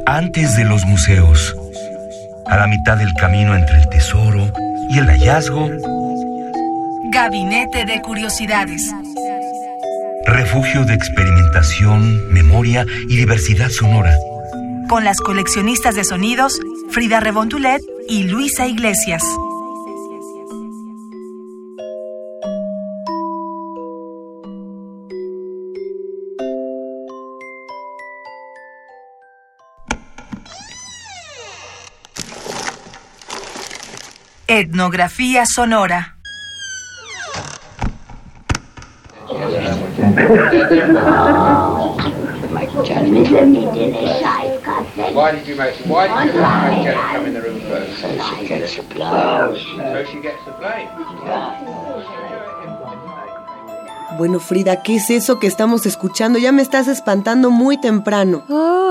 Antes de los museos, a la mitad del camino entre el tesoro y el hallazgo, Gabinete de Curiosidades. Refugio de experimentación, memoria y diversidad sonora. Con las coleccionistas de sonidos Frida Rebontulet y Luisa Iglesias. Etnografía sonora. Why did you make Janet come in the room first? So she gets the blame. So she gets the blame. Bueno, Frida, ¿qué es eso que estamos escuchando? Ya me estás espantando muy temprano.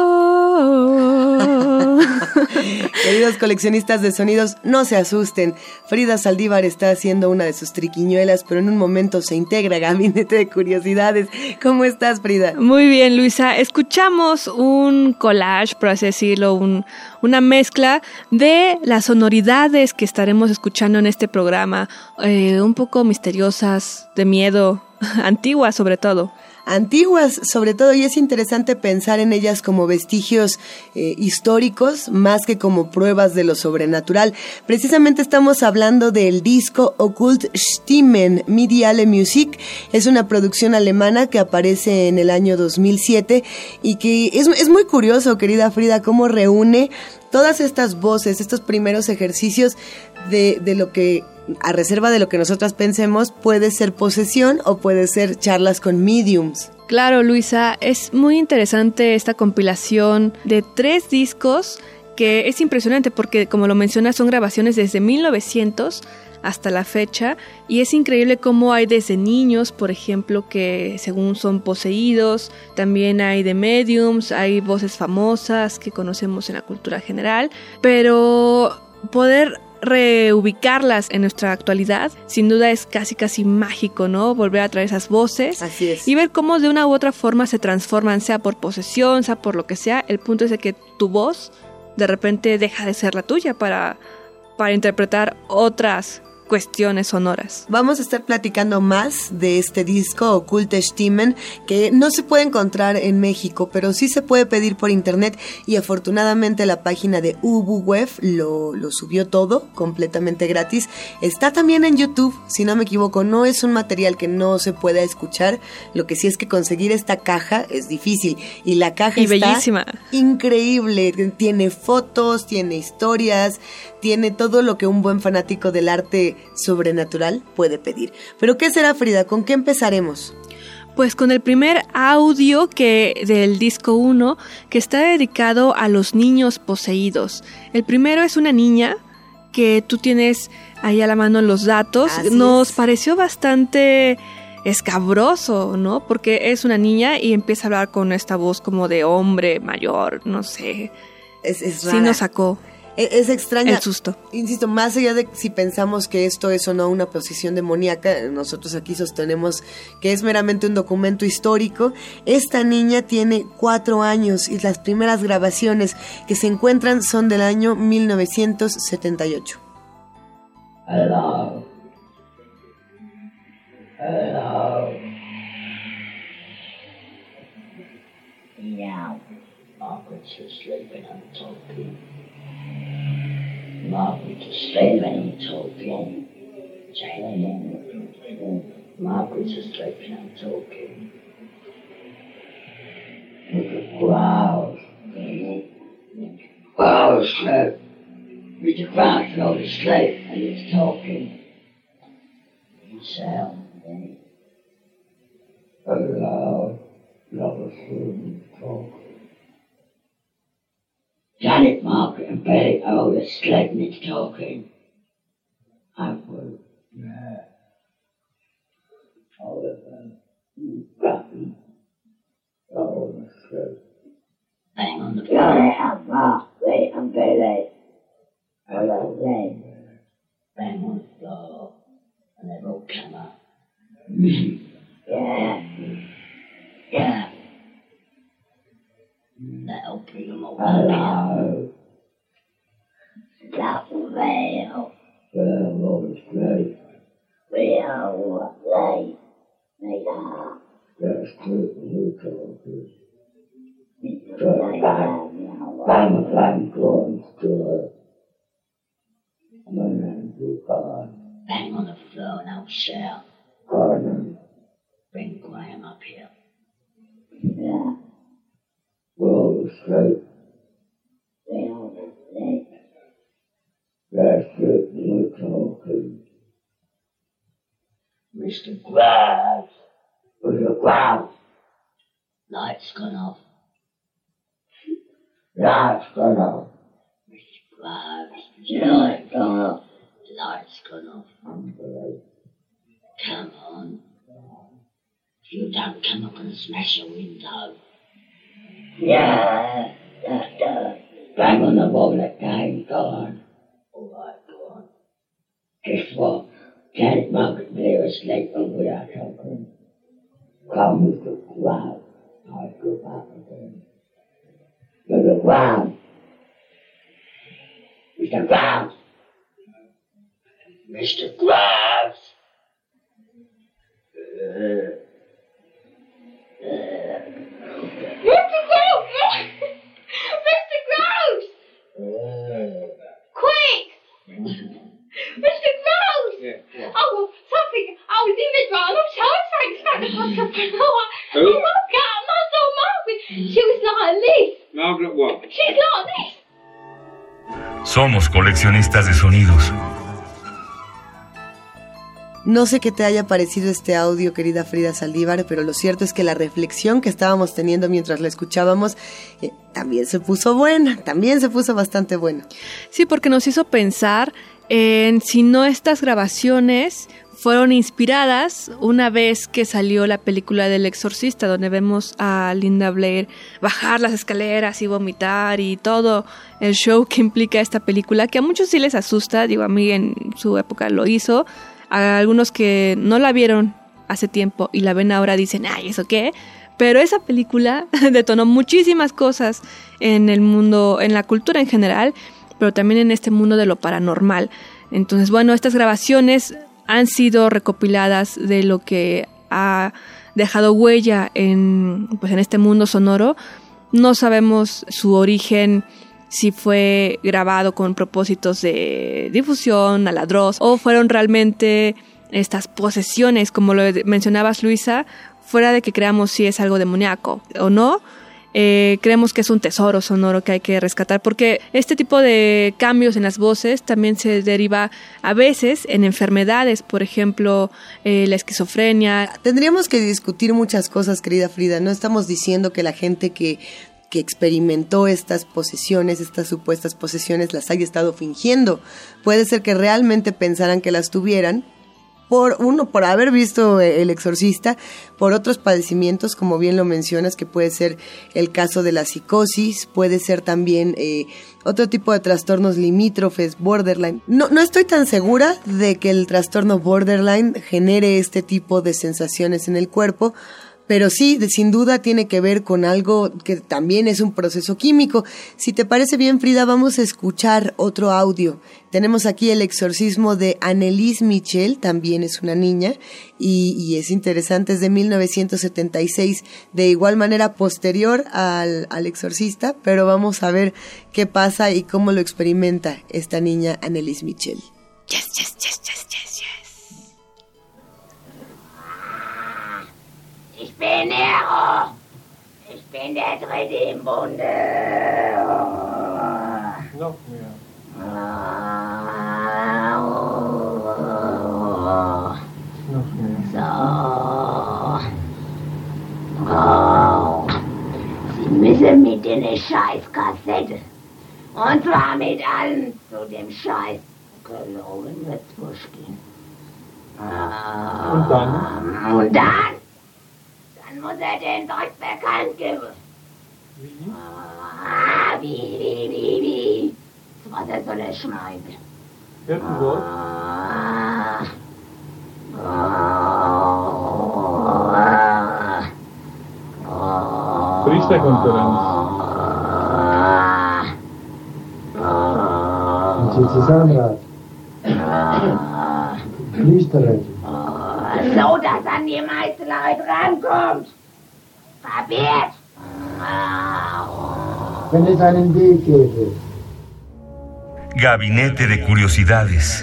Queridos coleccionistas de sonidos, no se asusten. Frida Saldívar está haciendo una de sus triquiñuelas, pero en un momento se integra a Gabinete de Curiosidades. ¿Cómo estás, Frida? Muy bien, Luisa. Escuchamos un collage, por así decirlo, una mezcla de las sonoridades que estaremos escuchando en este programa, un poco misteriosas, de miedo, antiguas sobre todo. Antiguas, sobre todo, y es interesante pensar en ellas como vestigios históricos, más que como pruebas de lo sobrenatural. Precisamente estamos hablando del disco Okkult Stimmen Mediale Musik. Es una producción alemana que aparece en el año 2007 y que es muy curioso, querida Frida, cómo reúne todas estas voces, estos primeros ejercicios de lo que, a reserva de lo que nosotras pensemos, puede ser posesión o puede ser charlas con mediums. Claro, Luisa, es muy interesante esta compilación de 3 discos que es impresionante porque, como lo mencionas, son grabaciones desde 1900 hasta la fecha, y es increíble cómo hay desde niños, por ejemplo, que según son poseídos, también hay de mediums, hay voces famosas que conocemos en la cultura general, pero poder reubicarlas en nuestra actualidad sin duda es casi mágico, ¿no? Volver a traer esas voces. Así es. Y ver cómo de una u otra forma se transforman, sea por posesión, sea por lo que sea. El punto es de que tu voz de repente deja de ser la tuya para interpretar otras cuestiones sonoras. Vamos a estar platicando más de este disco Okkulte Stimmen, que no se puede encontrar en México, pero sí se puede pedir por internet, y afortunadamente la página de UbuWeb lo subió todo completamente gratis. Está también en YouTube, si no me equivoco. No es un material que no se pueda escuchar, lo que sí es que conseguir esta caja es difícil, y la caja está bellísima, increíble, tiene fotos, tiene historias, tiene todo lo que un buen fanático del arte sobrenatural puede pedir. ¿Pero qué será, Frida? ¿Con qué empezaremos? Pues con el primer audio del disco 1, que está dedicado a los niños poseídos. El primero es una niña que tú tienes ahí a la mano los datos. Así Nos es. pareció bastante escabroso, ¿no? Porque es una niña y empieza a hablar con esta voz como de hombre mayor, no sé. Es rara. Sí nos sacó. Es extraña. El susto. Insisto, más allá de si pensamos que esto es o no una posesión demoníaca, nosotros aquí sostenemos que es meramente un documento histórico. Esta niña tiene 4 años y las primeras grabaciones que se encuentran son del año 1978. Hello. Hello. Meow. Margaret's sleeping and talking. Margaret's sleeping and talking. Margaret's sleeping and talking. Wow. Wow, sleep. Mr. Brown's not asleep and he's talking. Sound. Hello. Love food talk. Janet, Margaret and Betty are all asleep and it's talking. I will. Yeah. All of them. Button. All asleep. Hang on the floor. Margaret and Betty. All asleep. Bang on the floor. And they've all come up. Yeah. Yeah. That'll bring them all hello. Stop the veil. Well, all is great. Well, they are. That's true, you talkers. Bang, going to bang on the floor now, Shell. Pardon. Bring Graham up here. Yeah. Well, straight. Well, straight. That's it, you talking. Mr. Graves. Mr. Graves. Lights gone off. Lights gone off. Mr. Graves. Lights gone off. Lights gone off. Come on. If you don't come, I'm going to smash your window. Yeah. Bang on the wall again. Go on. All right, go on. Guess what? Janet Margaret Blair asleep when we are talking. Come with the crowd. I go back again. Mr. Brown. Mr. Brown. Mr. Graves. Mr. Graves! Mr. Graves! Quick! Mr. Graves! Yeah. Oh, something. I was in the drawer. I'm so thanks. Who? Oh, my daughter Margaret. She was like this. Margaret what? She's like this. Somos coleccionistas de sonidos. No sé qué te haya parecido este audio, querida Frida Saldívar, pero lo cierto es que la reflexión que estábamos teniendo mientras la escuchábamos también se puso buena, también se puso bastante buena. Sí, porque nos hizo pensar en si no estas grabaciones fueron inspiradas una vez que salió la película del Exorcista, donde vemos a Linda Blair bajar las escaleras y vomitar y todo el show que implica esta película, que a muchos sí les asusta, digo, a mí en su época lo hizo. A algunos que no la vieron hace tiempo y la ven ahora dicen, ay, ¿eso qué? Pero esa película detonó muchísimas cosas en el mundo, en la cultura en general, pero también en este mundo de lo paranormal. Entonces, bueno, estas grabaciones han sido recopiladas de lo que ha dejado huella en este mundo sonoro. No sabemos su origen, si fue grabado con propósitos de difusión, a la Dross, o fueron realmente estas posesiones, como lo mencionabas, Luisa, fuera de que creamos si es algo demoníaco o no, creemos que es un tesoro sonoro que hay que rescatar, porque este tipo de cambios en las voces también se deriva a veces en enfermedades, por ejemplo, la esquizofrenia. Tendríamos que discutir muchas cosas, querida Frida. No estamos diciendo que la gente que experimentó estas posesiones, estas supuestas posesiones, las haya estado fingiendo. Puede ser que realmente pensaran que las tuvieran, por haber visto El Exorcista, por otros padecimientos, como bien lo mencionas, que puede ser el caso de la psicosis, puede ser también otro tipo de trastornos limítrofes, borderline. No estoy tan segura de que el trastorno borderline genere este tipo de sensaciones en el cuerpo, pero sí, sin duda tiene que ver con algo que también es un proceso químico. Si te parece bien, Frida, vamos a escuchar otro audio. Tenemos aquí el exorcismo de Anneliese Michel, también es una niña, y es interesante, es de 1976, de igual manera posterior al exorcista, pero vamos a ver qué pasa y cómo lo experimenta esta niña Anneliese Michel. Yes, yes, yes, yes, yes, yes. Ich bin Nero. Ich bin der Dritte im Bunde. Noch mehr. Noch mehr. So. Sie müssen mit in eine Scheißkassette. Und zwar mit allen zu dem Scheiß. Gelogen wird's gehen. Und dann? Und dann? Dann muss den Dreck bekannt geben. Wie? Was soll er schneiden? Irgendwo? Priesterkonferenz. ze zusammenraten. Fließterrecht. So, dass an die meisten Leute rankommt. Kapiert? Wenn es einen Weg gäbe. Gabinete de Curiosidades.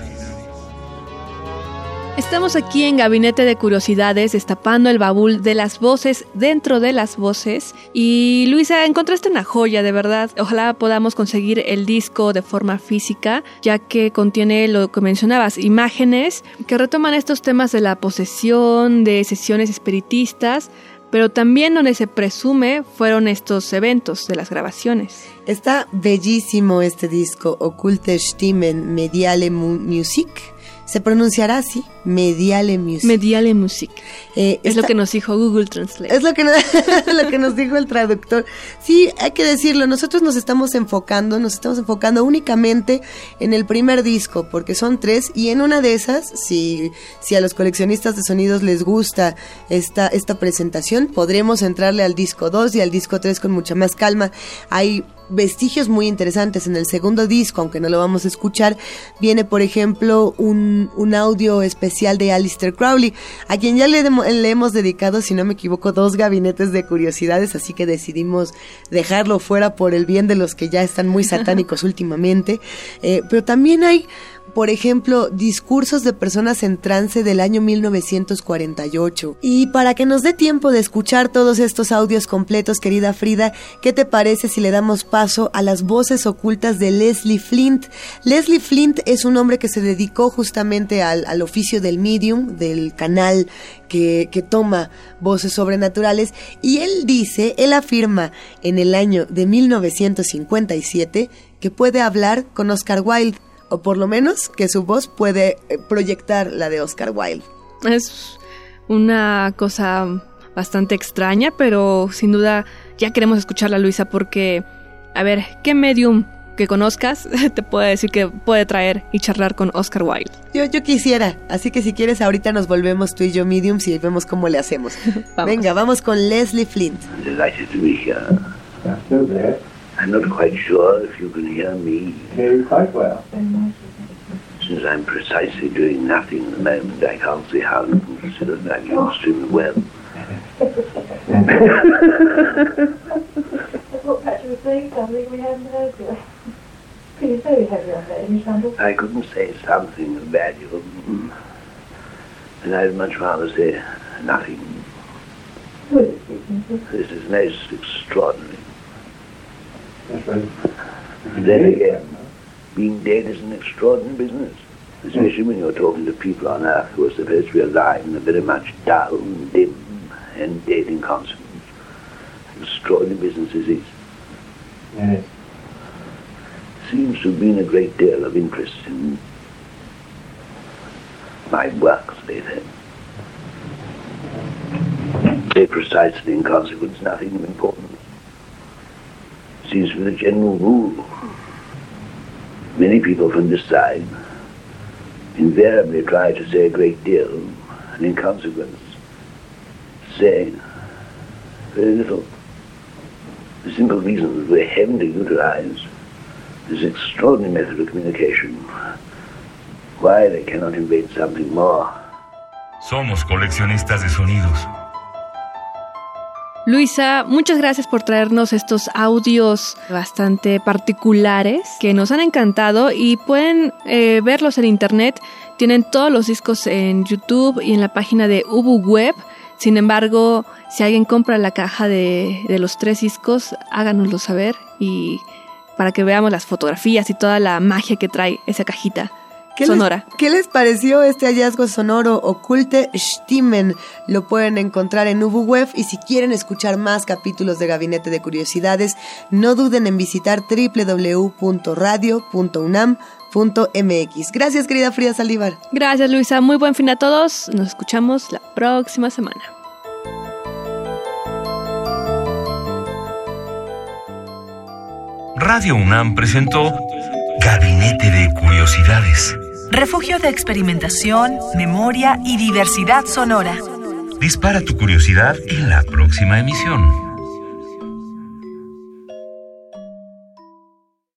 Estamos aquí en Gabinete de Curiosidades, destapando el baúl de las voces dentro de las voces. Y Luisa, encontraste una joya, de verdad. Ojalá podamos conseguir el disco de forma física, ya que contiene lo que mencionabas, imágenes que retoman estos temas de la posesión, de sesiones espiritistas, pero también donde se presume fueron estos eventos de las grabaciones. Está bellísimo este disco, Okkulte Stimmen, Mediale Musik. Se pronunciará así, Mediale Musik. Mediale Musik. Es lo que nos dijo Google Translate. Es lo que nos dijo el traductor. Sí, hay que decirlo, nosotros nos estamos enfocando únicamente en el primer disco, porque son 3, y en una de esas, si a los coleccionistas de sonidos les gusta esta presentación, podremos entrarle al disco 2 y al disco 3 con mucha más calma. Hay vestigios muy interesantes en el segundo disco, aunque no lo vamos a escuchar. Viene, por ejemplo, un audio especial de Aleister Crowley, a quien ya le hemos dedicado, si no me equivoco, 2 gabinetes de curiosidades, así que decidimos dejarlo fuera por el bien de los que ya están muy satánicos últimamente. Pero también hay, por ejemplo, discursos de personas en trance del año 1948. Y para que nos dé tiempo de escuchar todos estos audios completos, querida Frida, ¿qué te parece si le damos paso a las voces ocultas de Leslie Flint? Leslie Flint es un hombre que se dedicó justamente al oficio del medium, del canal que toma voces sobrenaturales, y él afirma en el año de 1957 que puede hablar con Oscar Wilde, o por lo menos que su voz puede proyectar la de Oscar Wilde. Es una cosa bastante extraña, pero sin duda ya queremos escucharla, Luisa, porque, a ver, ¿qué medium que conozcas te puede decir que puede traer y charlar con Oscar Wilde? Yo quisiera, así que si quieres ahorita nos volvemos tú y yo mediums y vemos cómo le hacemos. Venga, vamos con Leslie Flint. Delighted to be here. I'm not quite sure if you can hear me. Hear you quite well. Since I'm precisely doing nothing at the moment, I can't see how you can consider that I'm extremely well. I thought perhaps you were saying something we hadn't heard yet. Can you say we have your name, you sound I couldn't say something of value, and I'd much rather say nothing. Who is it speaking to? This is most extraordinary. That's right. Then again, being dead is an extraordinary business, especially when you're talking to people on Earth who are supposed to be alive and are very much dull and dim and dead in consequence. Extraordinary business is this. Yes. Seems to have been a great deal of interest in my works lately. Say precisely in consequence nothing of importance. Seems to be the general rule. Many people from this side invariably try to say a great deal, and in consequence say very little. The simple reason that we're having to utilize this extraordinary method of communication, why they cannot invent something more. Somos coleccionistas de sonidos. Luisa, muchas gracias por traernos estos audios bastante particulares que nos han encantado, y pueden verlos en internet. Tienen todos los discos en YouTube y en la página de Ubu Web. Sin embargo, si alguien compra la caja de los 3 discos, háganoslo saber, y para que veamos las fotografías y toda la magia que trae esa cajita sonora. ¿Qué les pareció este hallazgo sonoro? Okkulte Stimmen lo pueden encontrar en Ubu Web, y si quieren escuchar más capítulos de Gabinete de Curiosidades, no duden en visitar www.radio.unam.mx. Gracias, querida Frida Saldívar. Gracias, Luisa. Muy buen fin a todos. Nos escuchamos la próxima semana. Radio UNAM presentó Gabinete de Curiosidades. Refugio de experimentación, memoria y diversidad sonora. Dispara tu curiosidad en la próxima emisión.